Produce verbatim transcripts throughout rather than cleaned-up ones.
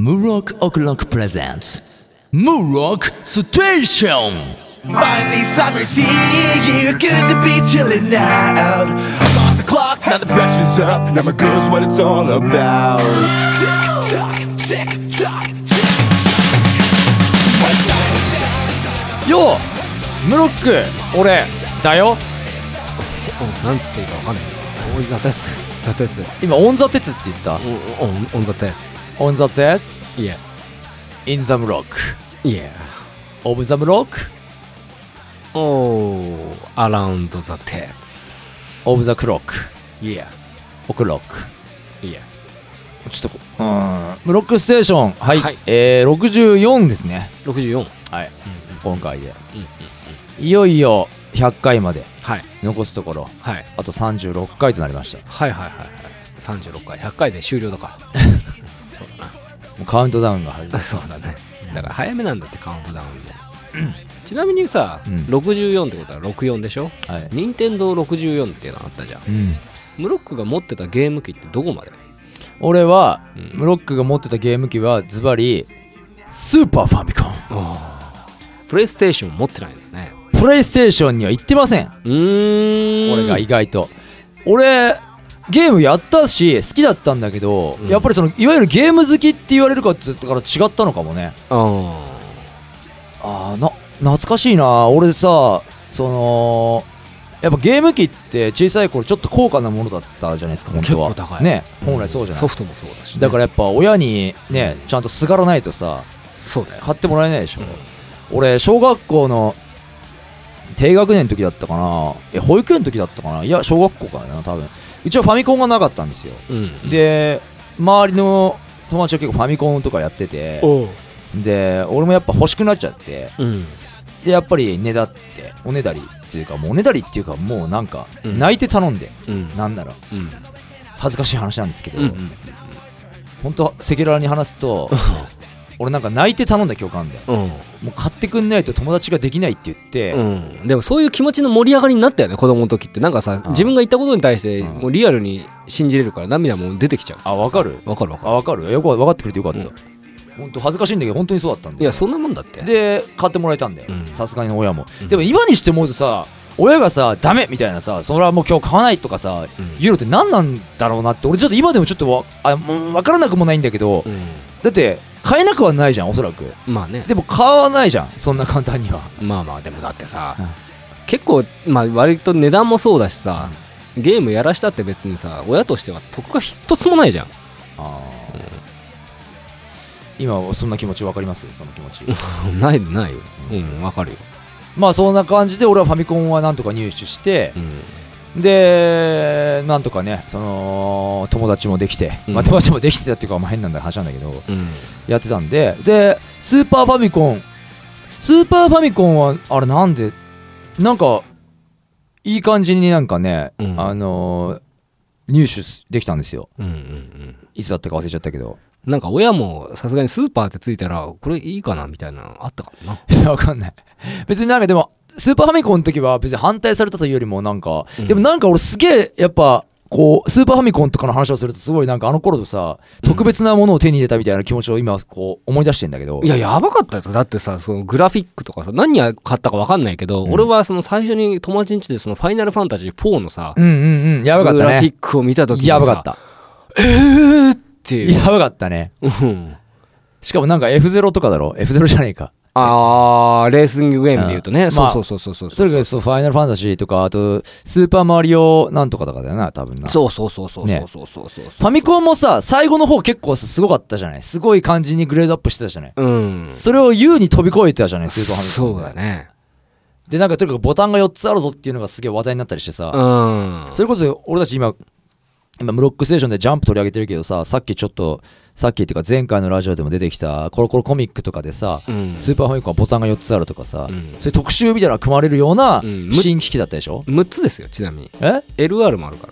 Murok O'Clock presents Murok Station. Finally summer's here, good to be chillin' out. I'm off the clock, now the pressure's up. Now my girl's what it's all about. Tick tock, tick tock, tick tock. ようムロック俺だよ。 なんつっていいかわかんない。オンザテツです。ザテツです。 今オンザテツって言った。 オンオンザテツ。 オンザテツ。 いや。 In the Murok。 いや。 Of the Murok。 おー。Around the tets。 Of the clock。 いや。 オクロック。 いや。 ちょっとうーんムロックステーションはい、 はい、 えー、ろくじゅうよんですね。 ろくじゅうよん。 はい、うん、今回で、 うんうんうん、 いよいよひゃっかいまではい残すところ、 はい、 あとさんじゅうろっかいとなりました。 はいはいはいはい。さんじゅうろっかいひゃっかいで終了だかそうだな、 もうカウントダウンが始まる。 そうだね。だから早めなんだってカウントダウンも、うん、ちなみにさ、うん、ろくじゅうよんってことはろくじゅうよんでしょ。はい。任天堂ろくじゅうよんっていうのあったじゃん、うん、ムロックが持ってたゲーム機ってどこまで？ 俺は、うん、ムロックが持ってたゲーム機はズバリスーパーファミコン。 プレイステーション持ってないんだね。 プレイステーションには行ってません。うーん、 これが意外と俺ゲームやったし好きだったんだけど、うん、やっぱりそのいわゆるゲーム好きって言われるかって言ったから違ったのかもね。ああな懐かしいな。俺さそのやっぱゲーム機って小さい頃ちょっと高価なものだったじゃないですか。本当は結構高いね、本来そうじゃない、 ソフトもそうだし、ね、 だからやっぱ親にねちゃんとすがらないとさ、 そうだよ、 買ってもらえないでしょ、うん、俺小学校の低学年の時だったかな、え保育園の時だったかな、いや小学校かな多分。うちはファミコンがなかったんですよ、うん、で周りの友達は結構ファミコンとかやってて、で俺もやっぱ欲しくなっちゃって、うん、でやっぱりねだっておねだりっていうかもうおねだりっていうかもうなんか泣いて頼んで、うん、なんなら、うん、恥ずかしい話なんですけど、うんうん、本当赤裸々に話すと俺なんか泣いて頼んだ記憶あるんだよ、うん、もう買ってくんないと友達ができないって言って、うん、 でもそういう気持ちの盛り上がりになったよね子供の時って。なんかさ、自分が言ったことに対してもうリアルに信じれるから涙も出てきちゃう。 あ、わかるわかるわかるあ、わかるよく分かってくれてよかった、うん、本当恥ずかしいんだけど本当にそうだったんだよ。 いやそんなもんだって。 で買ってもらえたんだよさすがに親も、うん、でも今にして思うとさ親がさダメみたいなさ、それはもう今日買わないとかさ、うん、言うのって何なんだろうなって俺ちょっと今でもちょっとわあ分からなくもないんだけど、うん、だって買えなくはないじゃんおそらく。 まあね。 でも買わないじゃんそんな簡単には。 まあまあでもだってさ、うん、結構まあ割と値段もそうだしさ、ゲームやらしたって別にさ親としては得が一つもないじゃん。あ、 うん、今はそんな気持ち分かります？その気持ちないないよ。うん分かるよ。 まあそんな感じで俺はファミコンはなんとか入手して、うん、でなんとかねその友達もできて、うん、まあ友達もできてたっていうかまあ変なんだ話なんだけど、うん、やってたんで、でスーパーファミコンスーパーファミコンはあれなんでなんかいい感じになんかね、うん、あのー、入手できたんですよ、うんうんうん、いつだったか忘れちゃったけど。 なんか親もさすがにスーパーってついたらこれいいかなみたいなのあったかもな。 わかんない。別になんかでもスーパーファミコンの時は別に反対されたというよりもなんか、うん、でもなんか俺すげえやっぱこうスーパーファミコンとかの話をするとすごいなんかあの頃とさ特別なものを手に入れたみたいな気持ちを今こう思い出してんだけど、 いややばかったやつだってさ、そのグラフィックとかさ何買ったか分かんないけど、うん、俺はその最初に友達ん家でそのファイナルファンタジーフォーのさ、うんうんうん、やばかったね、グラフィックを見た時にさやばかった。 えーっていうやばかったね、うん、しかもなんか エフゼロ とかだろ エフゼロ じゃねえか。 あーレーシングゲームで言うとね、うん、そうそうそうそうそう、 それがそうファイナルファンタジーとかあとスーパーマリオなんとかとかだよな多分な。 そうそうそうそうそうそうそうそう、 ね、ファミコンもさ最後の方結構すごかったじゃない。すごい感じにグレードアップしてたじゃない、うん、それを優に飛び越えてたじゃないスーパーファミコン。 そうだね。 でなんかとにかくボタンがよっつあるぞっていうのがすげえ話題になったりしてさ、うん、それこそ俺たち今今ムロックステーションでジャンプ取り上げてるけどさ、さっきちょっとさっきっていうか前回のラジオでも出てきたコロコロコミックとかでさ、うん、スーパーファミコンはボタンがよっつあるとかさ、うん、そういう特集みたいなの組まれるような新機器だったでしょ、 うん、むっつですよちなみに。 えエルアール もあるから。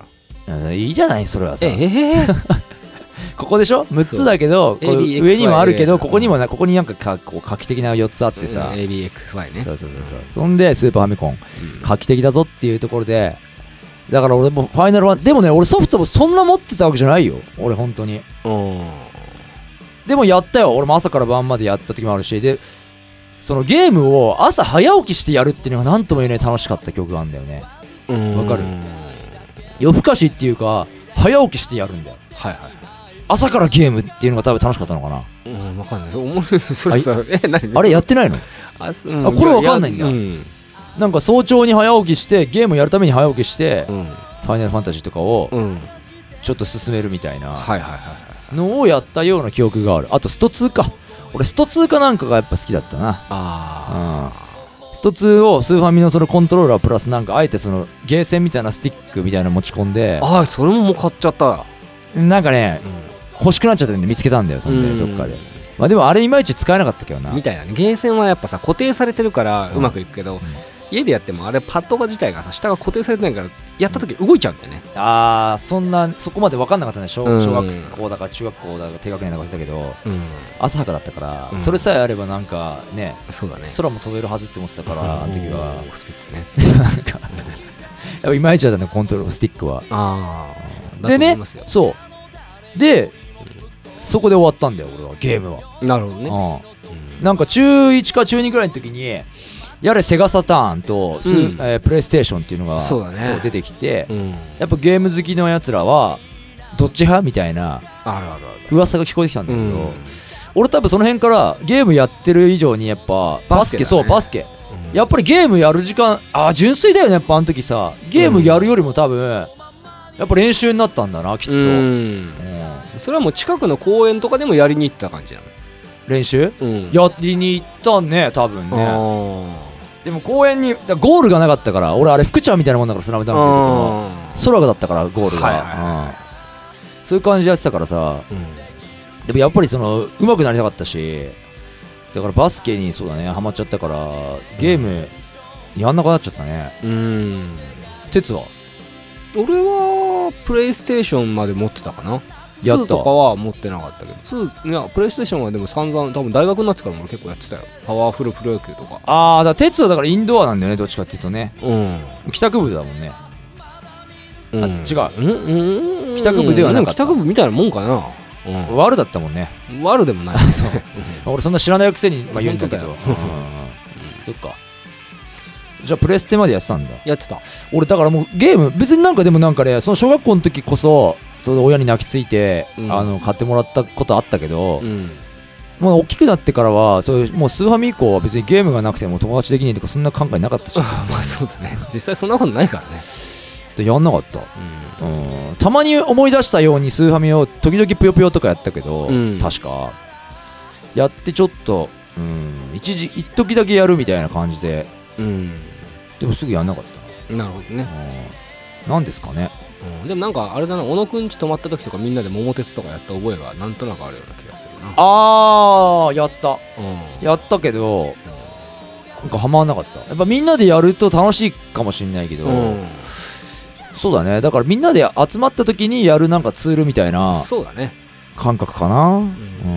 いいじゃないそれはさ、 えー、 ここでしょむっつだけどこ上にもあるけどここにもなここになんかかこう画期的なよっつあってさ、 うん、エービーエックスワイ ね。 そうそうそうそう、そんでスーパーファミコン、うん、画期的だぞっていうところでだから俺もファイナルワンでもね俺ソフトもそんな持ってたわけじゃないよ俺本当に。うんでもやったよ俺も朝から晩までやった時もあるし、でそのゲームを朝早起きしてやるっていうのが何とも言えない楽しかった曲があるんだよね。わかる？夜更かしっていうか早起きしてやるんだよ。 はいはい。 朝からゲームっていうのが多分楽しかったのかな。 うん、わかんない。そう思うそれさ、え何？ あれやってないの？ あ、 うん、あこれわかんないんだ。うん、なんか早朝に早起きしてゲームやるために早起きして、うん、ファイナルファンタジーとかをちょっと進めるみたいなのをやったような記憶がある。あとストツーか。俺ストツーかなんかがやっぱ好きだったな。あ、うん、ストツーをスーファミのそのコントローラープラスなんかあえてそのゲーセンみたいなスティックみたいなの持ち込んで、 ああそれももう買っちゃった。 なんかね、うん、欲しくなっちゃったんで見つけたんだよそんでどっかで。まあでもあれいまいち使えなかったけどな。 みたいなね。ゲーセンはやっぱさ固定されてるからうまくいくけど、うん、家でやってもあれパッドが自体がさ下が固定されてないからやった時動いちゃうんだよね。 うん、ああそんなそこまで分かんなかったね。小、小学校だか中学校だか低学年だか忘れたけど、うん、浅はかだったから、うん、それさえあればなんかね、そうだね空も飛べるはずって思ってたから、うん、あの時はスピッツねなんかやっぱいまいちだったねコントロールスティックは。あでねそうでそこで終わったんだよ俺はゲームは。 なるほどね、 うん、なんか中いちか中にぐらいの時にやれセガサターンと、うんえー、プレイステーションっていうのがそうだ、ね、そう出てきて、うん、やっぱゲーム好きのやつらはどっち派みたいな噂が聞こえてきたんだけど、うん、俺多分その辺からゲームやってる以上にやっぱバスケ、バスケ、ね、そうバスケ、うん、やっぱりゲームやる時間あ純粋だよね。やっぱあの時さゲームやるよりも多分、うん、やっぱ練習になったんだなきっと。うん、うんそれはもう近くの公園とかでもやりに行った感じなの練習、うん、やりに行ったね多分ね。でも公園にゴールがなかったから俺あれ福ちゃんみたいなもんだからスラムダンクの空がだったからゴールが、はいはいはい、そういう感じでやってたからさ、うん、でもやっぱりその上手くなりたかったしだからバスケにそうだねハマっちゃったからゲームやんなくなっちゃったね。うん。鉄は俺はプレイステーションまで持ってたかな。ツーとかは持ってなかったけどツーいやプレイステーションはでも散々多分大学になってからも俺結構やってたよ。パワフルプロ野球とか。 ああだから鉄はだからインドアなんだよねどっちかっていうとね。うん帰宅部だもんね。うん、あ違う、うん、帰宅部ではなかった。 帰宅部みたいなもんかな。 うん、悪だったもんね。 悪でもないそう俺そんな知らないくせに、まあ、言うんだけど、うん、そっか。じゃあプレステまでやってたんだ。 やってた俺だからもうゲーム別になんかでもなんかねその小学校の時こそその親に泣きついて、うん、あの買ってもらったことあったけど、うん、もう大きくなってからはそういうもうスーファミ以降は別にゲームがなくても友達できないとかそんな考えなかったしまあそうだね実際そんなことないからねやんなかった、うんうん、たまに思い出したようにスーファミを時々ぷよぷよとかやったけど、うん、確かやってちょっと、うん、一時一時だけやるみたいな感じで、うん、でもすぐやんなかったなるほどね、 うん、なんですかね、 うん、でもなんかあれだな小野くんち泊まった時とかみんなで桃鉄とかやった覚えがなんとなくあるような気がするな。 あーやった、うん、やったけど、うん、なんかハマんなかった。やっぱみんなでやると楽しいかもしれないけど、うん、そうだねだからみんなで集まった時にやるなんかツールみたいなそうだね感覚かな。うん、うん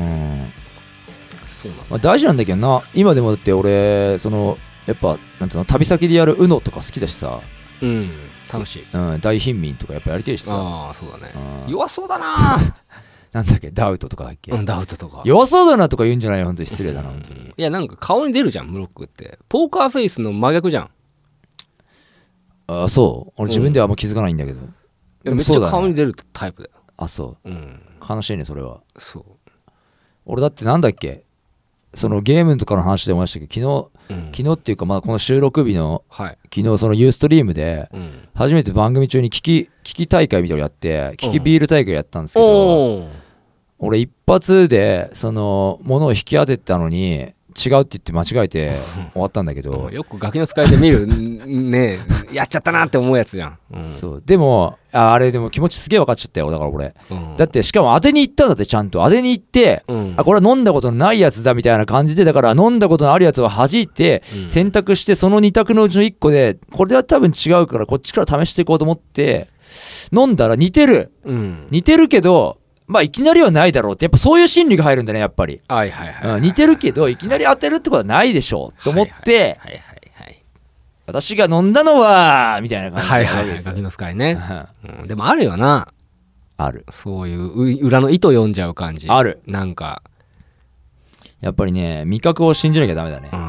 そうなんだ、まあ、大事なんだけどな。今でもだって俺そのやっぱなんていうの旅先でやる ウノ とか好きだしさ、 うん楽しい、 うん、大貧民とかやっぱやりたいしさ。 ああそうだね、うん、弱そうだななんだっけダウトとかだっけ、 うん、ダウトとか弱そうだなとか言うんじゃないよ本当に失礼だな、うん、本当に。 いやなんか顔に出るじゃんムロックってポーカーフェイスの真逆じゃん。 ああそう俺自分ではあんま気づかないんだけど、うん、 でもめっちゃ顔に出るタイプだよ。 あそう、うん、悲しいねそれは。 そう俺だってなんだっけそのゲームとかの話で思いましたけど昨日、うん、昨日っていうかまあこの収録日の、はい、昨日そのユーストリームで、うん、初めて番組中に危機危機大会みたいなのやって危機ビール大会やったんですけど、うん、俺一発でその物を引き当てたのに違うって言って間違えて終わったんだけどよくガキの使いで見るねえやっちゃったなって思うやつじゃん、 うん、そうでも あ, あれでも気持ちすげえ分かっちゃったよだから俺、うん、だってしかも当てに行ったんだってちゃんと当てに行って、うん、あこれは飲んだことないやつだみたいな感じでだから飲んだことのあるやつを弾いて、うん、選択してそのに択のうちのいっこでこれは多分違うからこっちから試していこうと思って飲んだら似てる、うん、似てるけどまあいきなりはないだろうってやっぱそういう心理が入るんだねやっぱり、はいはいはいはい、似てるけどいきなり当てるってことはないでしょうと思って、はいはいはいはい、私が飲んだのはみたいな感じで、はいはいはい、 ガキの使いね、うん、でもあるよなあるそういう裏の糸読んじゃう感じあるなんかやっぱりね味覚を信じなきゃダメだね。 うん、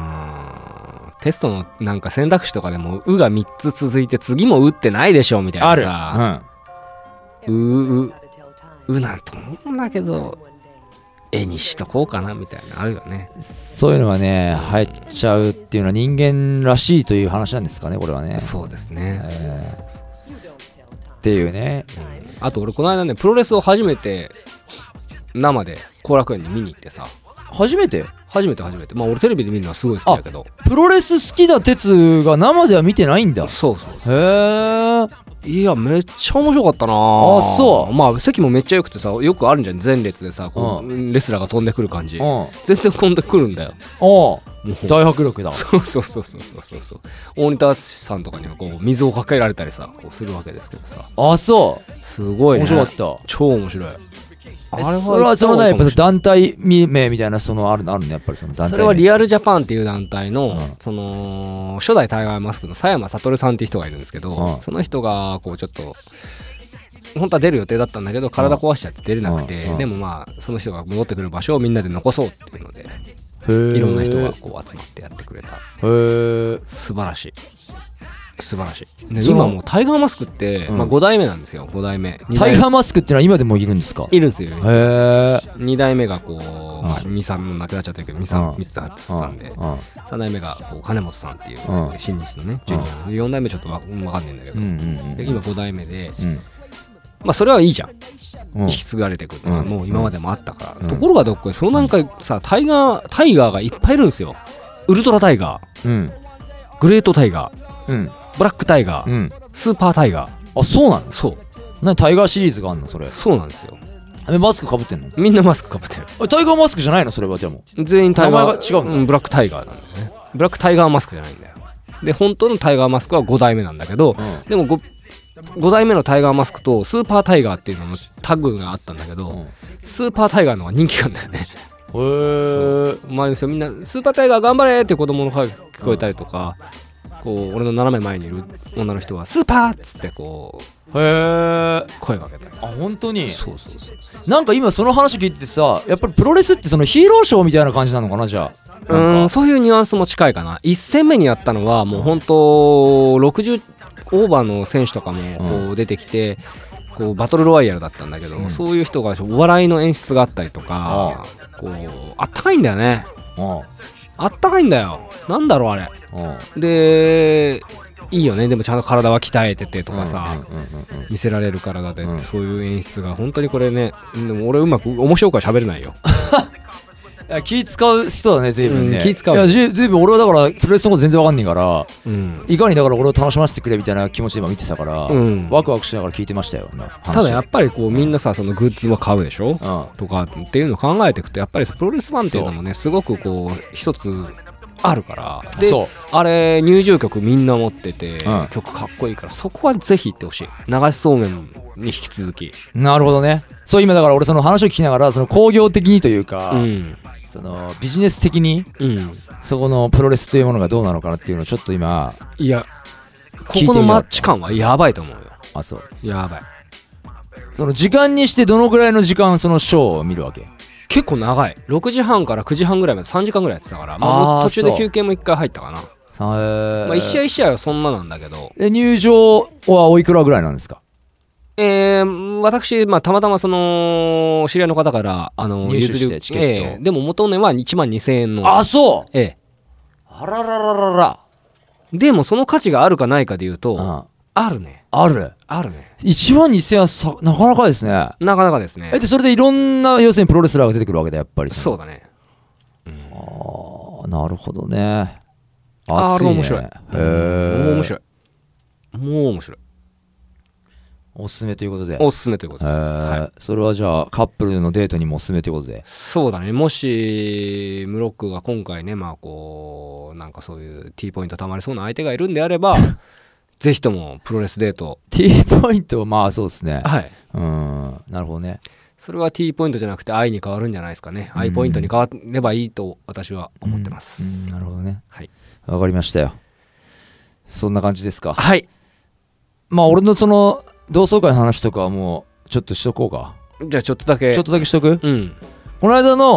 テストのなんか選択肢とかでも「う」がみっつ続いて次も「う」ってないでしょみたいなさ、うん、うううなんと思うんだけど絵にしとこうかなみたいなあるよね。 そういうのがね入っちゃうっていうのは人間らしいという話なんですかねこれはね。 そうですね、えー、 っていうね、 うん、あと俺この間ねプロレスを初めて生で後楽園に見に行ってさ。 初めて初めて初めてまあ俺テレビで見るのはすごい好きだけどプロレス好きな鉄が生では見てないんだ。 そうそうそう。 へえ。 いやめっちゃ面白かったなあ。そう。 まあ席もめっちゃ良くてさよくあるんじゃん前列でさこう、うん、レスラーが飛んでくる感じ、うん、全然飛んでくるんだよ。 お大迫力だ。 そうそうそうそうそうそう。大仁田敦さんとかにはこう水をかけられたりさこうするわけですけどさ。 あそうすごいね。 面白かった。 超面白い。 あれはそれはそのねやっぱ団体名みたいなそのあるのあるねやっぱりその団体名。 それはリアルジャパンっていう団体の、うん、その初代タイガーマスクの佐山悟さんっていう人がいるんですけど、うん、その人がこうちょっと本当は出る予定だったんだけど体壊しちゃって出れなくて、うん、でもまあその人が戻ってくる場所をみんなで残そうっていうのでいろんな人がこう集まってやってくれた。へ素晴らしい素晴らしい、ね、今もうタイガーマスクって、うんまあ、ご代目なんですよ。ご代目タイガーマスクってのは今でもいるんですか？ いるんですよ。 へに代目がこう、まあ、にさんも亡くなっちゃったけどに、さん、みっつあったんでさん代目がこう金本さんっていう新日のねジュニアのよん代目ちょっとわかんないんだけど、うんうんうん、で今ご代目で、うん、まあそれはいいじゃん、うん、引き継がれてくる、うん、もう今までもあったから、うん、ところがどっこいそのなんかさタイガータイガーがいっぱいいるんですよ。ウルトラタイガー、うん、グレートタイガー、うんブラックタイガー、うん、スーパータイガー。 あ、そうなの？ そう。 何タイガーシリーズがあんのそれ？ そうなんですよ。 え、マスクかぶってんの？ みんなマスクかぶってる。 タイガーマスクじゃないのそれは？じゃあもう全員タイガー。 名前が違うの？ うん、ブラックタイガーなんだよね。ブラックタイガーマスクじゃないんだよ。で、本当のタイガーマスクはご代目なんだけど、うん、でも 5, ご代目のタイガーマスクとスーパータイガーっていうののタグがあったんだけど、うん、スーパータイガーの方が人気なんだよね。へー。周りの人みんなスーパータイガー頑張れって子供の声が聞こえたりとか、うんこう俺の斜め前にいる女の人はスーパーっつってこうへえ声かけたり。 あ本当に？ そうそうそうなんか今その話聞いててさやっぱりプロレスってそのヒーローショーみたいな感じなのかなじゃあ。 うんそういうニュアンスも近いかな。いっ戦目にやったのはもう本当ろくじゅうオーバーの選手とかもこう出てきて、うん、こうバトルロワイヤルだったんだけど、うん、そういう人がお笑いの演出があったりとか、うん、こうあったかいんだよね。うんあったかいんだよ。なんだろうあれ。でいいよね。でもちゃんと体は鍛えててとかさ、見せられる体で、うん、そういう演出が本当にこれね。でも俺うまく面白くは喋れないよ。 いや気使う人だね随分ね、 うん、気使う。 いや随分俺はだからプロレスのこと全然わかんねえから、うん、いかにだから俺を楽しませてくれみたいな気持ちで今見てたから、うん、ワクワクしながら聞いてましたよ。 ただやっぱりこうみんなさそのグッズも買うでしょ、うん、とかっていうのを考えていくとやっぱりプロレスファンっていうのもねすごくこう一つあるからであれ入場曲みんな持ってて、うん、曲かっこいいからそこはぜひ行ってほしい。流しそうめんに引き続き。 なるほどね。そう今だから俺その話を聞きながらその工業的にというか、うんそのビジネス的に、うん、そこのプロレスというものがどうなのかなっていうのをちょっと今いやここのマッチ感はやばいと思うよ。 あそうやばい。 その時間にしてどのぐらいの時間そのショーを見るわけ？ 結構長い。ろくじはんからくじはんぐらいまでさんじかんぐらいやってたから、まあ、途中で休憩もいっかい入ったかな。まあ、いち試合いち試合はそんななんだけど。 で入場はおいくらぐらいなんですか？ えー、私、まあ、たまたまその知り合いの方からあの入手してチケット、 えー、でも元値はいちまんにせんえんの。 あそうええあららららら。 でもその価値があるかないかでいうと、うん、あるねあるあるね。 いちまんにせんえんはさなかなかですね。 なかなかですね。 えでそれでいろんな要するにプロレスラーが出てくるわけだやっぱり。 そうだね、 うん、ああなるほどね。 あれ面白い。へえもう面白いもう面白い。 おすすめということで。 おすすめということで、 はい、それはじゃあカップルのデートにもおすすめということで。 そうだね。もしムロックが今回ねまあこうなんかそういう T ポイントたまりそうな相手がいるんであればぜひともプロレスデート T ポイントまあそうですね。 はいうんなるほどね。 それは T ポイントじゃなくて I に変わるんじゃないですかね。 I ポイントに変わればいいと私は思ってます。 うんうんなるほどね。 はいわかりましたよ。そんな感じですか。 はい。 まあ俺のその同窓会の話とかはもうちょっとしとこうか。 じゃあちょっとだけちょっとだけしとく。 うんこの間の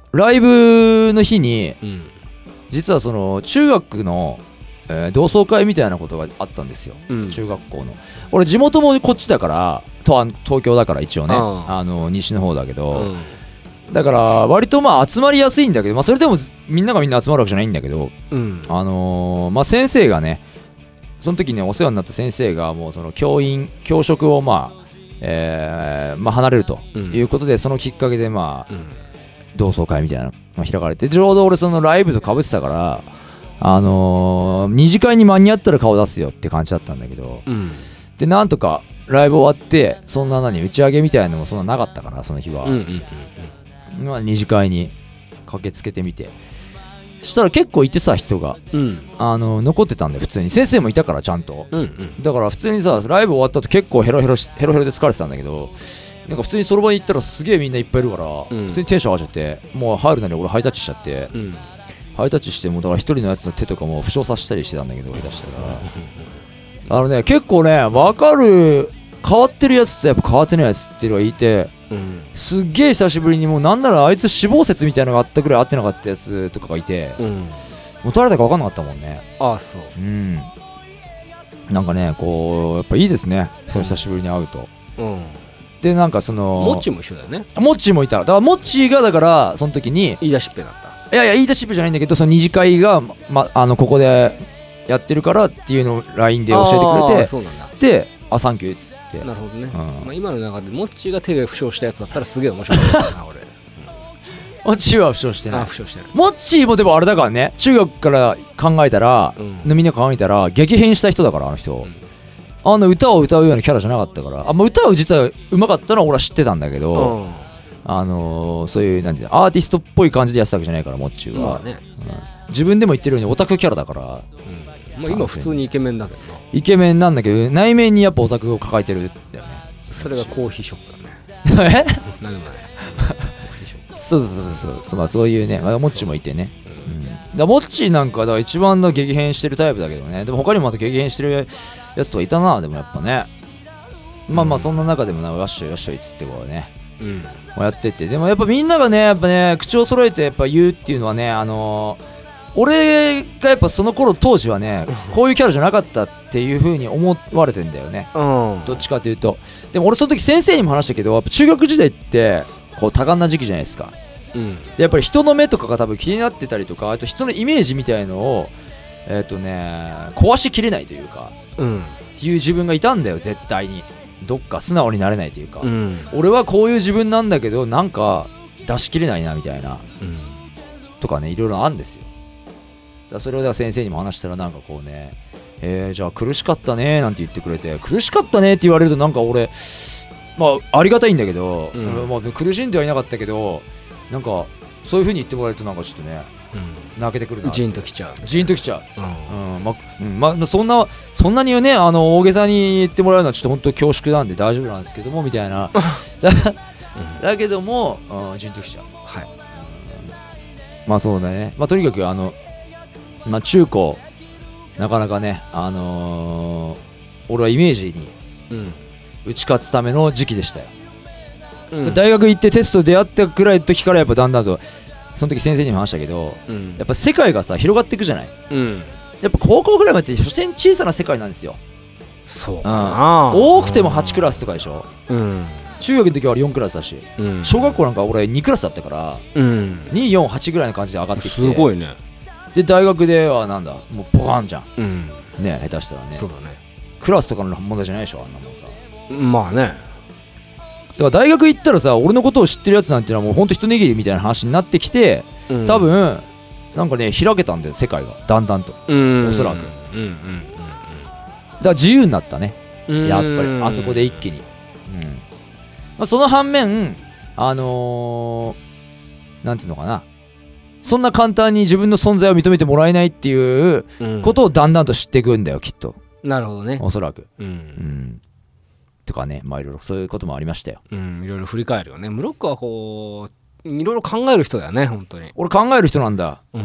ライブの日に、 うん、 実はその中学の、えー、同窓会みたいなことがあったんですよ、うん、中学校の。俺地元もこっちだからと東京だから一応ね、あの西の方だけど、うん、だから割とまあ集まりやすいんだけど、まあ、それでもみんながみんな集まるわけじゃないんだけど、うん、あのー、まあ先生がね、その時にお世話になった先生がもうその教員教職をまあ、えーまあ、離れるということで、うん、そのきっかけでまあ、うん、同窓会みたいなのが開かれて、ちょうど俺そのライブと被ってたから、あのー、二次会に間に合ったら顔出すよって感じだったんだけど、うん、でなんとかライブ終わってそんな何打ち上げみたいなのもそんななかったからその日は、うんうんうんうん、まあ、二次会に駆けつけてみて、そしたら結構いてさ人が、うん、あの残ってたんで普通に先生もいたからちゃんと、うんうん、だから普通にさライブ終わった後結構ヘロヘロヘロヘロで疲れてたんだけど、なんか普通にその場に行ったらすげえみんないっぱいいるから、うん、普通にテンション上がっちゃってもう入るなり俺ハイタッチしちゃって、うん、ハイタッチしてもだから一人のやつの手とかも負傷させたりしてたんだけど下手したらあのね結構ね分かる変わってるやつとやっぱ変わってないやつっていうのがいて、うん、すっげえ久しぶりにもうなんならあいつ死亡説みたいなのがあったぐらい会ってなかったやつとかがいて、うん、もう誰だか分かんなかったもんね。 ああそう、 うん、なんかねこうやっぱいいですね、そう久しぶりに会うと、うん、でなんかそのモッチーも一緒だよね。 モッチーもいた。だからモッチーがだからその時に言い出しっぺだった。 いやいや言い出しっぺじゃないんだけど、その二次会が、ま、あのここでやってるからっていうのを ライン で教えてくれて、 そうなんだ。 であサンキューっつって。 なるほどね、うん、まあ、今の中でモッチーが手が負傷したやつだったらすげえ面白かったな俺、うん、 モッチーは負傷してない。 あ負傷してる。 モッチーもでもあれだからね、中学から考えたら、うん、みんな考えたら激変した人だからあの人、うん、あの歌を歌うようなキャラじゃなかったから、あ、まあ、歌う実はうまかったのは俺は知ってたんだけど、うん、あのー、そういうなんていうのアーティストっぽい感じでやってたわけじゃないからモッチーは、まあね、うん、自分でも言ってるようにオタクキャラだから、うん、 まあ、今普通にイケメンだけどな。 イケメンなんだけど内面にやっぱオタクを抱えてるんだよね。 それがコーヒーショップだね。 えなんでもないそうそうそうそうそう、まあ、そういうね、まあ、モッチーもいてね、うん、だからモッチーなんかだから一番の激変してるタイプだけどね。でも他にもまた激変してるやつとかいたな。でもやっぱね、まあまあそんな中でもな、わっしょいわっしょいっつってこうね、うん、やってって、でもやっぱみんながねやっぱね口を揃えてやっぱ言うっていうのはね、あのー俺がやっぱその頃当時はねこういうキャラじゃなかったっていう風に思われてんだよね、うん、どっちかというと。でも俺その時先生にも話したけど、やっぱ中学時代ってこう多感な時期じゃないですか、うん、でやっぱり人の目とかが多分気になってたりとか、あと人のイメージみたいのをえっとね壊しきれないというか、うん、っていう自分がいたんだよ絶対に。どっか素直になれないというか、うん、俺はこういう自分なんだけどなんか出しきれないなみたいな、うん、とかねいろいろあるんですよ。だそれを先生にも話したらなんかこうね、えー、じゃあ苦しかったねなんて言ってくれて、苦しかったねって言われるとなんか俺まあありがたいんだけど、うん、まあ、苦しんではいなかったけどなんかそういう風に言ってもらえるとなんかちょっとね、うん、泣けてくるな。 ジーンときちゃう。 ジーンときちゃう。うんうん、まうんまあ、そんなそんなにねあの大げさに言ってもらえるのはちょっと本当恐縮なんで大丈夫なんですけどもみたいなだ, だけども、うん、ジーンときちゃう。はい、うん、まあそうだね。まあとにかくあのまあ、中高なかなかね、あのー、俺はイメージに打ち勝つための時期でしたよ、うん、大学行ってテスト出会ったくらいの時からやっぱだんだんとその時先生にも話したけど、うん、やっぱ世界がさ広がっていくじゃない、うん、やっぱ高校ぐらいまでって所詮小さな世界なんですよ。 そうかな、 うん、多くてもはちクラスとかでしょ、うん、中学の時はよんクラスだし、うん、小学校なんか俺にクラスだったから、うん、に、よん、はちぐらいの感じで上がってきて、 すごいね。 で大学ではなんだもうポカンじゃん、うん、ね下手したらね。 そうだね。 クラスとかの問題じゃないでしょあんなもんさ。 まあね。 だから大学行ったらさ俺のことを知ってるやつなんてのはもうほんと一握りみたいな話になってきて、うん、多分なんかね開けたんだよ世界がだんだんと、おそらく、うんうんうんうん、だから自由になったねやっぱりあそこで一気に、うんまあ、その反面あのー、なんていうのかな、そんな簡単に自分の存在を認めてもらえないっていうことをだんだんと知っていくんだよきっと。 なるほどね。 おそらく、うんうん、とかね、まあいろいろそういうこともありましたよ、 うん、いろいろ振り返るよね。ムロックはこういろいろ考える人だよね本当に。 俺考える人なんだ。 うん、うん、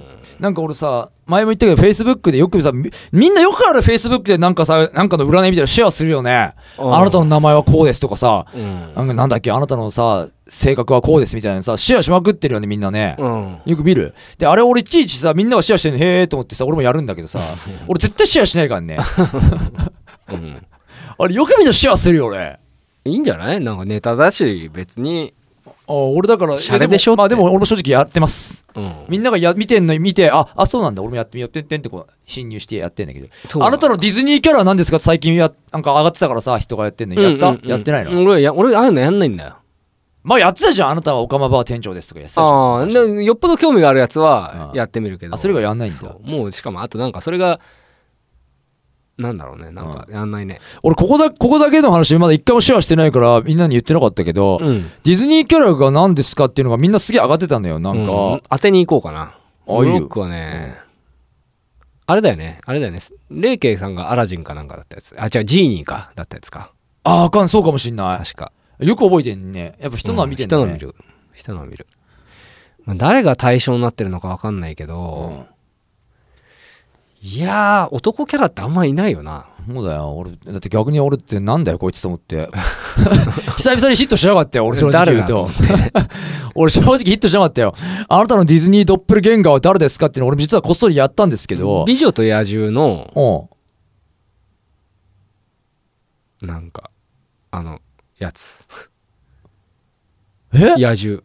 なんか俺さ前も言ったけど Facebook でよくさみ, みんなよくある Facebook でなんかさなんかの占いみたいなシェアするよね。あなたの名前はこうですとかさ、うん、なんかなんだっけあなたのさ性格はこうですみたいなさシェアしまくってるよねみんなね、うん、よく見る。であれ俺いちいちさみんながシェアしてるのへーと思ってさ俺もやるんだけどさ俺絶対シェアしないからね、うん、あれよくみんなシェアするよ俺。 いいんじゃない？なんかネタだし別に。 あ俺だからシャレでしょ。 まあでも俺も正直やってます、うん、みんながや見てんの見てああそうなんだ俺もやってみようってってってこう侵入してやってんだけど、あなたのディズニーキャラは何ですか最近やなんか上がってたからさ人がやってんのやった、うんうんうん、やってないの。 俺や俺ああいうのやんないんだよ。 まあやってたじゃんあなたはオカマバー店長ですとかやってたじゃん。 ああでよっぽど興味があるやつはやってみるけど、 あそれがやんないんだ。 もうしかもあとなんかそれがなんだろうねなんかやんないね、 うん、俺ここだここだけの話まだ一回もシェアしてないからみんなに言ってなかったけど、うん、ディズニーキャラが何ですかっていうのがみんなすげえ上がってたんだよなんか、うん、 当てに行こうかな。ブロックはね、うん、あれだよねあれだよねレイケイさんがアラジンかなんかだったやつあ違うジーニーかだったやつか。 ああかんそうかもしんない確か。 よく覚えてんね。やっぱ人のは見てんだね、 うん、人の見る人の見る、まあ、誰が対象になってるのか分かんないけど、うん、いやー男キャラってあんまいないよな。 そうだよ俺だって逆に俺ってなんだよこいつと思って久々にヒットしなかったよ俺正直言うと俺正直ヒットしなかったよ。あなたのディズニードップルゲンガーは誰ですかっていうの俺実はこっそりやったんですけど、 美女と野獣のなんかあのやつえ野獣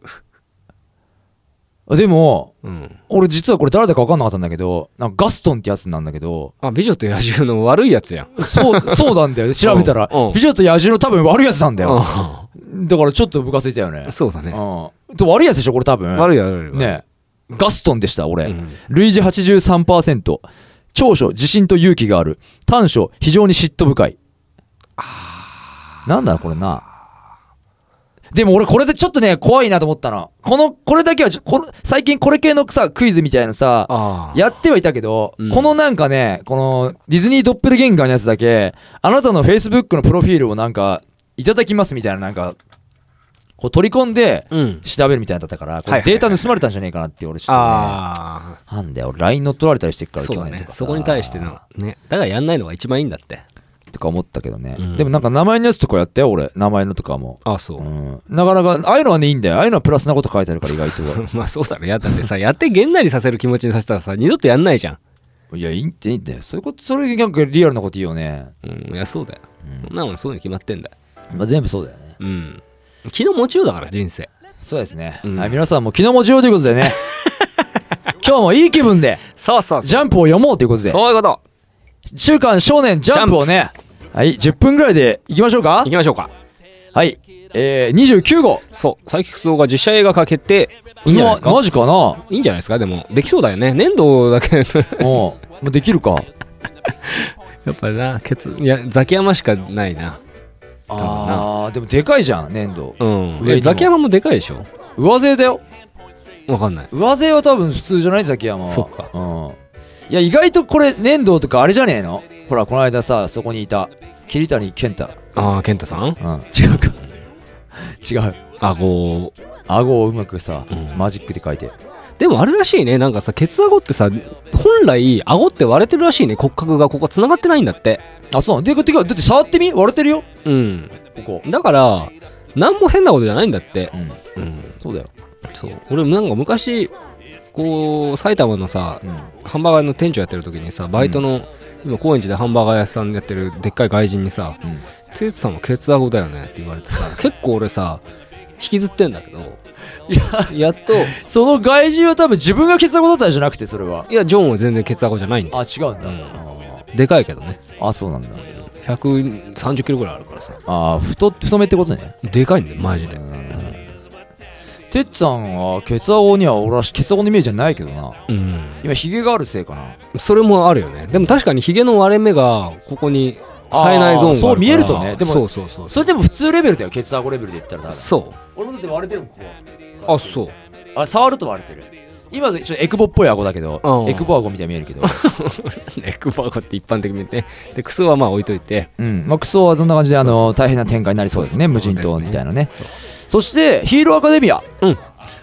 でも、うん、俺実はこれ誰だか分かんなかったんだけどなんかガストンってやつなんだけど、 あ美女と野獣の悪いやつやん。 そうそうなんだよ調べたら美女と野獣の多分悪いやつなんだよだからちょっとムカついたよね。 そうだね、 うん、と悪いやつでしょこれ多分。 悪い悪い悪いねガストンでした俺、うん、類似 はちじゅうさんパーセント 長所自信と勇気がある短所非常に嫉妬深い。あなんだこれな。でも俺これでちょっとね怖いなと思ったの。このこれだけはこの最近これ系のさクイズみたいなさやってはいたけど、うん、このなんかねこのディズニードッペルゲンガーのやつだけあなたの Facebook のプロフィールをなんかいただきますみたいななんかこう取り込んで調べるみたいなだったから、うん、これデータ盗まれたんじゃねえかなって俺ちょっとね、あなんだよ ライン 乗っ取られたりしてるからそうだねそこに対してのねだからやんないのが一番いいんだってとか思ったけどね、うん、でもなんか名前のやつとかやったよ俺名前のとかも。 あそう、 うん、なかなかああいうのはねいいんだよ。ああいうのはプラスなこと書いてあるから意外とまあそうだろやだってさやってげんなりさせる気持ちにさせたらさ二度とやんないじゃん。いやいいっていいんだよそういうこと。それなんかリアルなこと言うよね。 うんいやそうだよ、うん、そんなもんそういうの決まってんだよ、 まあ、全部そうだよね。 うん気の持ちようだから人生。 そうですね、うんはい、皆さんも気の持ちようということでね今日もいい気分でそうそうそうジャンプを読もうということでそういうこと週刊少年ジャンプをねはいじゅっぷんぐらいでいきましょうか。 いきましょうか。 はいえー、にじゅうきゅうごそう佐伯くすおが実写映画化決定。いいんじゃないですか。 マジかないいんじゃないですか。でもできそうだよね粘土だけおうできるかやっぱりなケツいやザキヤマしかないな。 あーでもでかいじゃん粘土。 うんザキヤマもでかいでしょ。 上背だよ。 わかんない。 上背は多分普通じゃないザキヤマは。 そっか、 うん、いや意外とこれ粘土とかあれじゃねえの。ほらこの間さそこにいた桐谷健太。 ああ健太さん、うん、 違うか違う顎顎をうまくさ、うん、マジックで描いて。 でもあれらしいねなんかさケツ顎ってさ本来顎って割れてるらしいね。骨格がここ繋がってないんだって。 あそうでてかだって触ってみ割れてるよ。 うんここだから何も変なことじゃないんだって、 うんうん、そうだよ。 そう俺なんか昔こう埼玉のさ、うん、ハンバーガーの店長やってる時にさバイトの、うん、今高円寺でハンバーガー屋さんやってるでっかい外人にさ「テツさんはケツ顎だよね」って言われてさ結構俺さ引きずってんだけどいややっとその外人は多分自分がケツ顎だったんじゃなくてそれはいやジョンは全然ケツ顎じゃないんだ。 あ違うんだ、 うん、でかいけどね。 あそうなんだ。 ひゃくさんじゅっキロぐらいあるからさ。 あ太太めってことね。 でかいんだよマジで。 てっちゃんはケツ顎には俺はケツ顎のイメージはないけどな、うん、今ヒゲがあるせいかな。 それもあるよね。でも確かにヒゲの割れ目がここに生えないゾーンがあるからそう見えるとね。でもそうそうそうそれでも普通レベルだよケツ顎レベルで言ったら。 そう俺もだって割れてるもんここ。あそうあ触ると割れてる。今ちょっとエクボっぽい顎だけどエクボ顎みたいに見えるけどエクボ顎って一般的に言ってでクソはまあ置いといて、 うんまあ、クソはそんな感じであの大変な展開になりそうですね。無人島みたいなね。そしてヒーローアカデミア、 うん、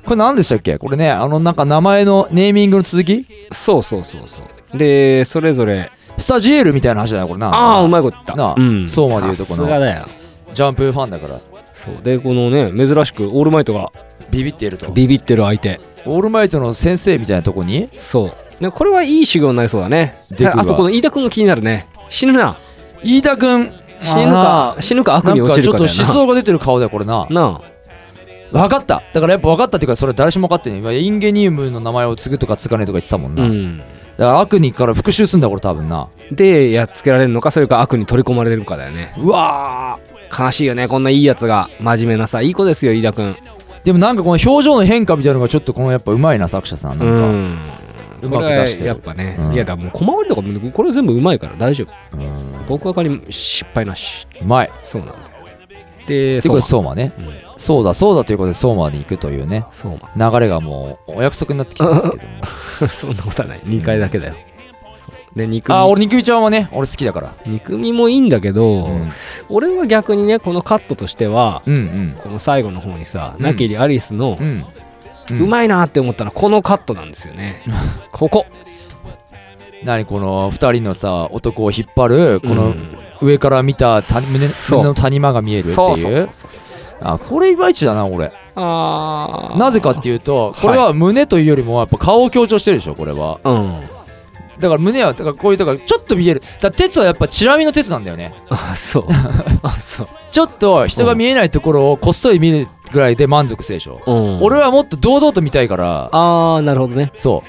これ何でしたっけこれね、あのなんか名前のネーミングの続き。 そうそうそうそうでそれぞれスタジエールみたいな話だよこれな。 ああうまいこと言ったなあ、 うん、 そうまで言うとこのさすがだよ。 ジャンプファンだから。 そうでこのね珍しくオールマイトがビビっていると。 ビビってる相手オールマイトの先生みたいなとこに。 そうでこれはいい修行になりそうだね。あとこの飯田君が気になるね。死ぬな飯田君死ぬか死ぬか悪に落ちるかだよな。 なんかちょっと思想が出てる顔だよこれな。 なあ分かった。だからやっぱ分かったっていうかそれ誰しも分かってね。今インゲニウムの名前を継ぐとか継がねえとか言ってたもんな、うん、だから悪にから復讐すんだこれ多分な。 でやっつけられるのかそれか悪に取り込まれるかだよね。 うわー悲しいよねこんないいやつが真面目なさいい子ですよ飯田君。 でもなんかこの表情の変化みたいなのがちょっとこのやっぱうまいな作者さんなんかうんうまく出してるやっぱね、うん、いやだからもう小回りとかもこれ全部うまいから大丈夫、うん、僕ばかり失敗なしうまい。 そうなんだよ。でそう相馬ね、うん、そうだそうだということで相馬に行くというね相馬流れがもうお約束になってきたんですけどもそんなことはないにかいだけだよ、うん、で肉あ俺肉みちゃんはね俺好きだから肉みもいいんだけど、うん、俺は逆にねこのカットとしては、 うんうん、 この最後の方にさ、うん、ナキリアリスの、 うんうん、うまいなって思ったのはこのカットなんですよねここ何このふたりのさ男を引っ張るこの上から見たた 胸, 胸の谷間が見えるっていう。そうそうそうそうあこれいまいちだな俺。 あなぜかっていうとこれは胸というよりもやっぱ顔を強調してるでしょこれは、 うん、 だから胸はだからこういうだからちょっと見える。だから鉄はやっぱチラ見の鉄なんだよね。 あそうあそうちょっと人が見えないところをこっそり見るぐらいで満足するでしょ、うん、俺はもっと堂々と見たいから。 ああなるほどね。 そう、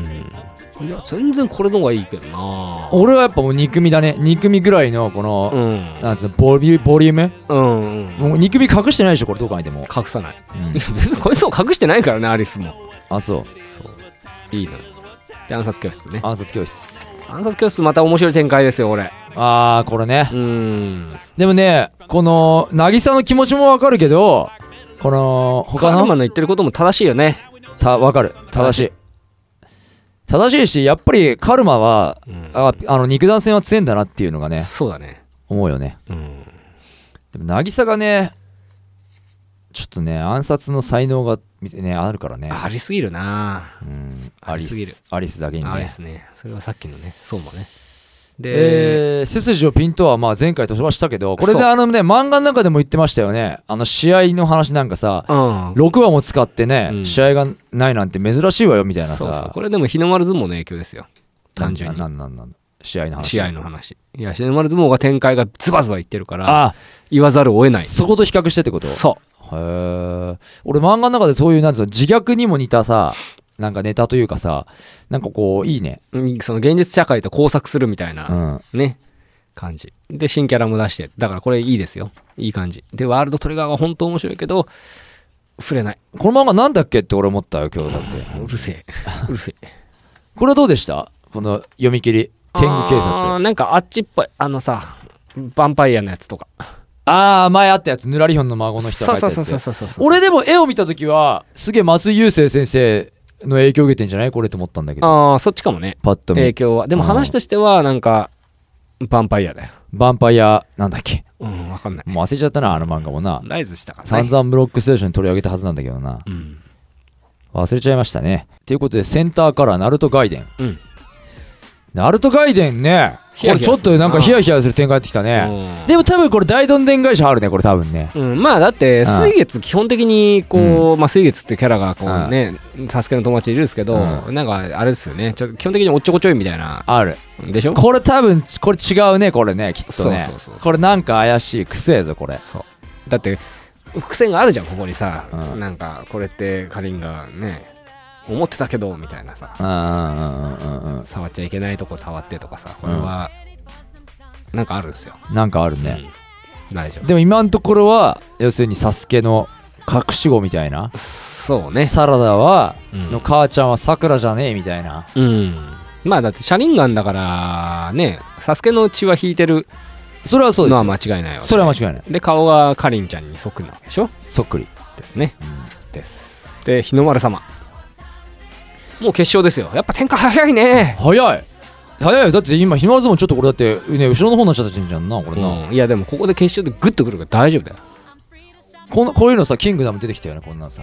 うんいや全然これの方がいいけどな。 俺はやっぱもう肉みだね。肉みぐらいのこの、うん、なんつうのボリュボリューム、 うんうん、 もう肉み隠してないでしょこれどこにいても隠さない、うん、別にこいつも隠してないからねアリスも。 あそうそういいな。で暗殺教室ね。 暗殺教室暗殺教室また面白い展開ですよ俺。 あーこれね。 うんでもねこの渚の気持ちもわかるけどこの他のカルマの言ってることも正しいよね。 たわかる正しい正しいしやっぱりカルマは、うん、あ, あの肉弾戦は強いんだなっていうのがねそうだね思うよね、うん、でも渚がねちょっとね暗殺の才能が、ね、あるからねありすぎるな、 うん、ありすぎるアリスだけにねアリスねそれはさっきのねそうもねで、 えー、背筋をピンとはまあ前回としましたけどこれであのね漫画の中でも言ってましたよね。あの試合の話なんかさ、うん、ろくわも使ってね、うん、試合がないなんて珍しいわよみたいなさ。 そうそうこれでも日の丸相撲の影響ですよ単純に。 なんなんなん試合の話試合の話いや日の丸相撲が展開がズバズバ言ってるからあ言わざるを得ない。 そこと比較してってこと。 そうへー俺漫画の中でそういうなんつうの自虐にも似たさなんかネタというかさなんかこういいねその現実社会と交錯するみたいな、うん、ね感じで新キャラも出してだからこれいいですよいい感じでワールドトリガーは本当面白いけど触れない。 この漫画なんだっけって俺思ったよ今日だってうるせえうるせえこれはどうでしたこの読み切り天狗警察。 あなんかあっちっぽいあのさヴァンパイアのやつとかああ前あったやつヌラリヒョンの孫の人が書いたやつ。 そうそうそうそうそう俺でも絵を見た時はすげえ松井優生先生の影響を受けてんじゃないこれと思ったんだけど。 ああそっちかもねパッと見影響は。でも話としてはなんかヴァンパイアだよ。 ヴァンパイアなんだっけうん分かんないもう忘れちゃったなあの漫画もな。 ライズしたからね散々ブロックステーションに取り上げたはずなんだけどな、うん、忘れちゃいましたね。ということでセンターカラーナルトガイデン、うん、ナルトガイデンねこれちょっとなんかヒヤヒヤする展開ってきたね、うん、でも多分これ大どんでん返しあるねこれ多分ね、 うん、まあだって水月基本的にこう、うん、まあ水月ってキャラがこうね、うん、サスケの友達いるんですけど、うん、なんかあれですよねちょ基本的におっちょこちょいみたいなあるでしょ。 これ多分これ違うねこれねきっとね。そうそうそうそうこれなんか怪しいくせえぞこれ。 そうだって伏線があるじゃんここにさ、うん、なんかこれってカリンがね思ってたけどみたいなさ、触っちゃいけないとこ触ってとかさこれは、うん、なんかあるんですよ。 なんかあるね、 うん、ないでしょ。 でも今のところは要するにサスケの隠し子みたいな。 そうねサラダは、うん、の母ちゃんはさくらじゃねえみたいな。 うんまあだってシャリンガンだからねサスケの血は引いてるそれはそうですのは間違いないわけ。 それは間違いない。 で顔がカリンちゃんにそっくりなんでしょ。 そっくりですね、うん、ですで日の丸様もう決勝ですよ。やっぱ展開早いね。 早い早いだって今日の丸相撲ちょっとこれだってね後ろの方になっちゃったじゃんなこれな、 うん、いやでもここで決勝でグッとくるから大丈夫だよ。 このこういうのさキングダム出てきたよねこんなんさ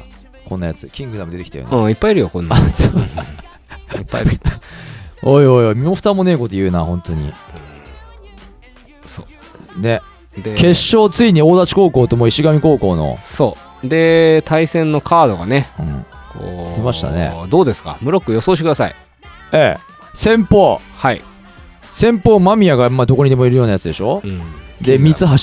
こんなやつキングダム出てきたよね。 うんいっぱいいるよこんな。 あそういっぱいいる。おいおいおい身も蓋もねえこと言うな本当に。 そうでで決勝ついに大立高校とも石上高校のそうで対戦のカードがね、 うん、 こう出ましたね。 どうですかムロック予想してください。 ええ先鋒はい先鋒間宮がまあどこにでもいるようなやつでしょ、うん、で三橋、うん、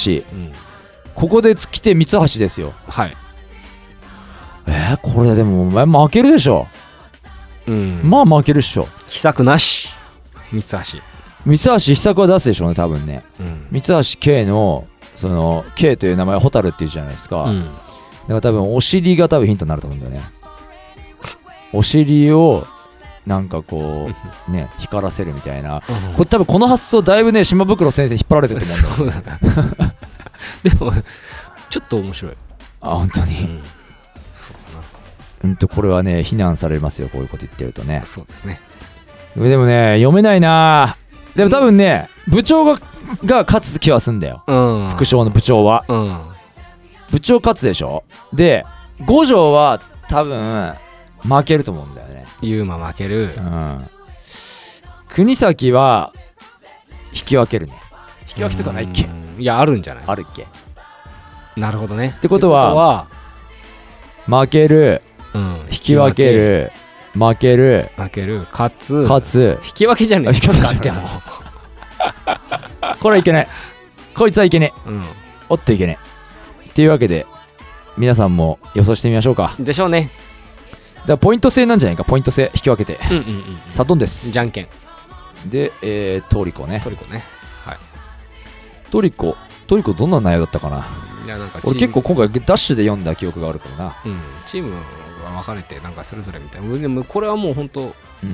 ここで来て三橋ですよ。 はいえー、これでもお前負けるでしょ。うん、まあ負けるっしょ。 秘策なし三橋三橋秘策は出すでしょうね多分ね、うん、三橋 K のその K という名前は蛍っていうじゃないですか、うん、だから多分お尻が多分ヒントになると思うんだよね。お尻をなんかこうね光らせるみたいな、うん、これ多分この発想だいぶね島袋先生に引っ張られてると思うんだよ。そうだなでもちょっと面白い。 あ本当に、うん、そうだな。うんとこれはね非難されますよこういうこと言ってるとね。 そうですね。 でもね読めないな。でも多分ね部長がが勝つ気はすんだよ、うん、副将の部長は、うん、部長勝つでしょ。で五条は多分負けると思うんだよね。 ユーマ負ける、うん、 国崎は引き分けるね。引き分けとかないっけ。 いやあるんじゃない。 あるっけ。 なるほどね。 ってことは負ける、うん、引き分ける負ける負ける勝つ勝つ引き分けじゃねえ。引き分け勝ってもこれはいけない。こいつはいけねえ、うん、おっといけねえっていうわけで皆さんも予想してみましょうか。 でしょうね。 だからポイント制なんじゃないか。ポイント制引き分けて、うんうんうん、サトンです。 じゃんけんで、えー、トリコね。 トリコね。はい。 トリコトリコどんな内容だったかな。いやなんか俺結構今回ダッシュで読んだ記憶があるからな。 うん。チームが分かれてなんかそれぞれみたいな。でもこれはもう本当、うん、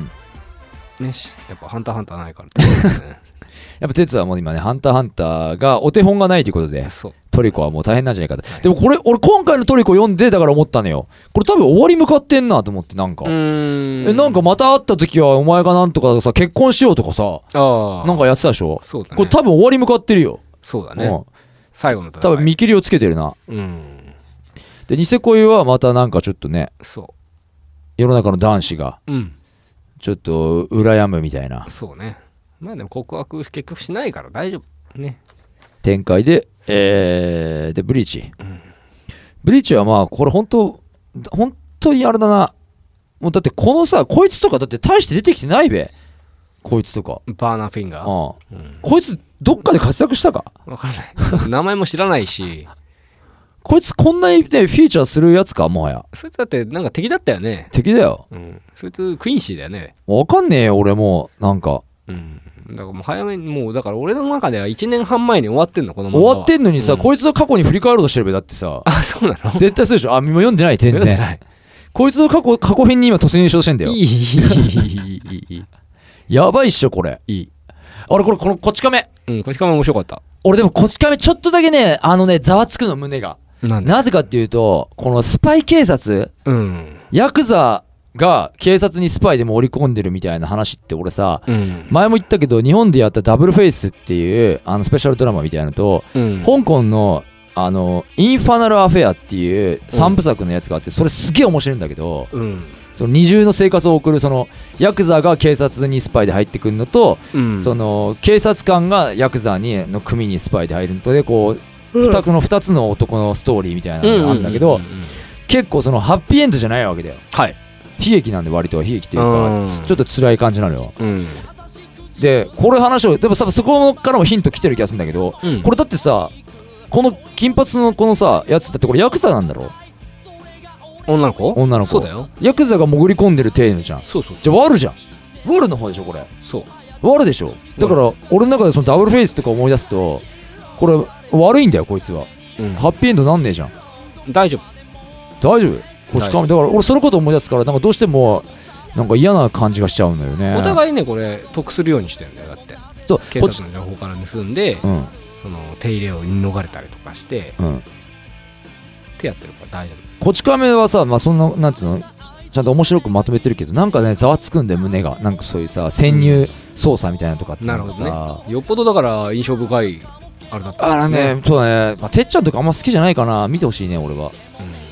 ねやっぱハンターハンターないから、ね。 やっぱ哲はもう今ねハンターハンターがお手本がないということでトリコはもう大変なんじゃないかと、はい、でもこれ俺今回のトリコ読んでだから思ったのよ。これ多分終わり向かってんなと思って。なんかうーんえなんかまた会った時はお前がなんとかさ結婚しようとかさあなんかやってたでしょ。そうだね。これ多分終わり向かってるよ。 そうだね、うん、最後の多分見切りをつけてるな。うんでニセ恋はまたなんかちょっとねそう世の中の男子がちょっと羨むみたいな、うん、 そうね。まあでも告白結局しないから大丈夫ね展開で、えー、でブリーチ、うん、ブリーチはまあこれ本当本当にあれだな。もうだってこのさこいつとかだって大して出てきてないべ。こいつとかバーナーフィンガー、ああ、 うん、こいつどっかで活躍したか分かんない名前も知らないしこいつこんなに、ね、フィーチャーするやつか。もはやそいつだってなんか敵だったよね。 敵だよ、 うん、そいつクインシーだよね。 分かんねえよ俺もなんか、うんだからもう早めにもうだから俺の中ではいちねんはん前に終わってんのこの漫画は。終わってんのにさ、うん、こいつの過去に振り返ろうとしてるべ。だってさあそうなの絶対そうでしょ。あもう読んでない全然読んでない。こいつの過去過去編に今突入しようとしてんだよ。いいいいいいやばいっしょこれ。いい俺これこのこち亀うんこち亀面白かった。 俺でもこち亀ちょっとだけねあのねざわつくの胸が な, なぜかっていうとこのスパイ警察、うん、ヤクザが警察にスパイでも織り込んでるみたいな話って俺さ、うん、前も言ったけど日本でやったダブルフェイスっていうあのスペシャルドラマみたいなのと、うん、香港のあのインファナルアフェアっていう三部作のやつがあってそれすげえ面白いんだけど、うん、その二重の生活を送るそのヤクザが警察にスパイで入ってくるのと、うん、その警察官がヤクザにの組にスパイで入るのとでこうふたつのふたつの男のストーリーみたいなのがあるんだけど結構そのハッピーエンドじゃないわけだよ。はい悲劇なんで割と悲劇っていうかちょっと辛い感じなのよ、うん、でこれ話をでもさそこからもヒント来てる気がするんだけど、うん、これだってさこの金髪のこのさやつだってこれヤクザなんだろ。 女の子女の子そうだよ。 ヤクザが潜り込んでる体のじゃん。そうそうそうじゃあワルじゃん。ワルの方でしょこれ。そうワルでしょ。だから俺の中でそのダブルフェイスとか思い出すとこれ悪いんだよこいつは、うん、ハッピーエンドなんねえじゃん。 大丈夫大丈夫こち亀だから俺そのこと思い出すからなんかどうしてもなんか嫌な感じがしちゃうんだよね。 お互いねこれ得するようにしてるんだよ。だってそう警察の情報から盗んで、うん、その手入れを逃れたりとかして、うん、ってやってるから大丈夫。 こち亀はさまあそんななんていうのちゃんと面白くまとめてるけどなんかねざわつくんで胸がなんかそういうさ潜入捜査みたいなとかっていうのがさ、 うん、なるほどね。よっぽどだから印象深いあれだったんですね。 あらねそうだね、まあ、てっちゃんとかあんま好きじゃないかな。見てほしいね俺は、うん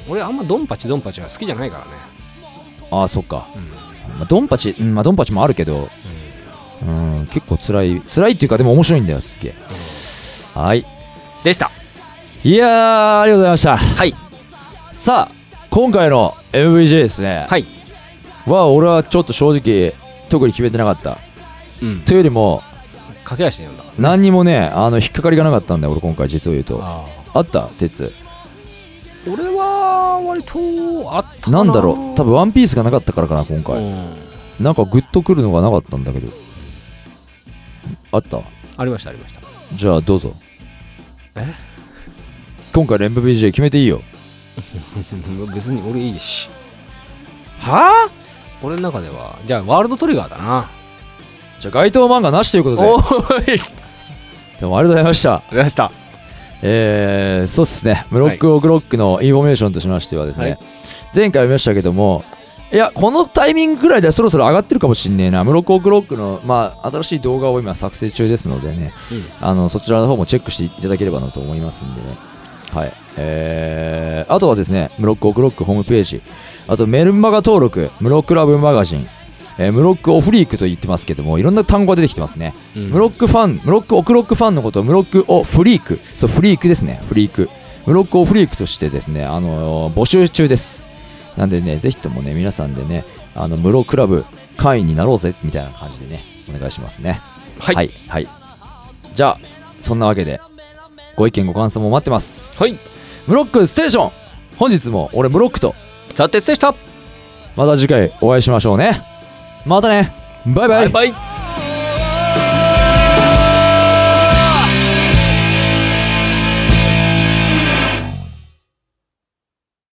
俺あんまドンパチドンパチは好きじゃないからね。 ああそっか、 うんまあ、ドンパチ、うんまあ、ドンパチもあるけど、うん、うん、結構辛い辛いっていうかでも面白いんだよすげえ、うん、はいでした。 いやーありがとうございました。 はいさあ今回の エムブイジェー ですねはいは俺はちょっと正直特に決めてなかった、うん、というよりも駆け足で読んだ何にもねあの引っかかりがなかったんだよ俺今回実を言うと。 あ, あった鉄俺は割とあったな。 なんだろう多分ワンピースがなかったからかな今回、うん、なんかグッとくるのがなかったんだけど。あった？ ありましたありました。 じゃあどうぞ。 え今回の エムブイジェー 決めていいよ。 別に俺いいし。 はぁ？ 俺の中ではじゃあワールドトリガーだな。 じゃあ該当漫画なしということで。 おーいでもありがとうございました。 ありがとうございました。 えー、そうっすねムロックオグロックのインフォメーションとしましてはですね、はい、前回見ましたけどもいやこのタイミングぐらいではそろそろ上がってるかもしんねえな。ムロックオグロックの、まあ、新しい動画を今作成中ですのでね、うん、あのそちらの方もチェックしていただければなと思いますんでね。はい、えー、あとはですねムロックオグロックホームページ、あとメルマガ登録、ムロックラブマガジン、えー、ムロックオフリークと言ってますけどもいろんな単語が出てきてますね、うん、ムロックファン、ムロックオクロックファンのことをムロックオフリーク、そうフリークですね、フリーク、ムロックオフリークとしてですね、あのー、募集中です。なんでねぜひともね皆さんでねあのムロクラブ会員になろうぜみたいな感じでねお願いしますね。 はいはい、はい、じゃあそんなわけでご意見ご感想も待ってます。 はい、 ムロックステーション本日も俺ムロックとザ・テツでした。 また次回お会いしましょうね。またねバイバイバイバイ。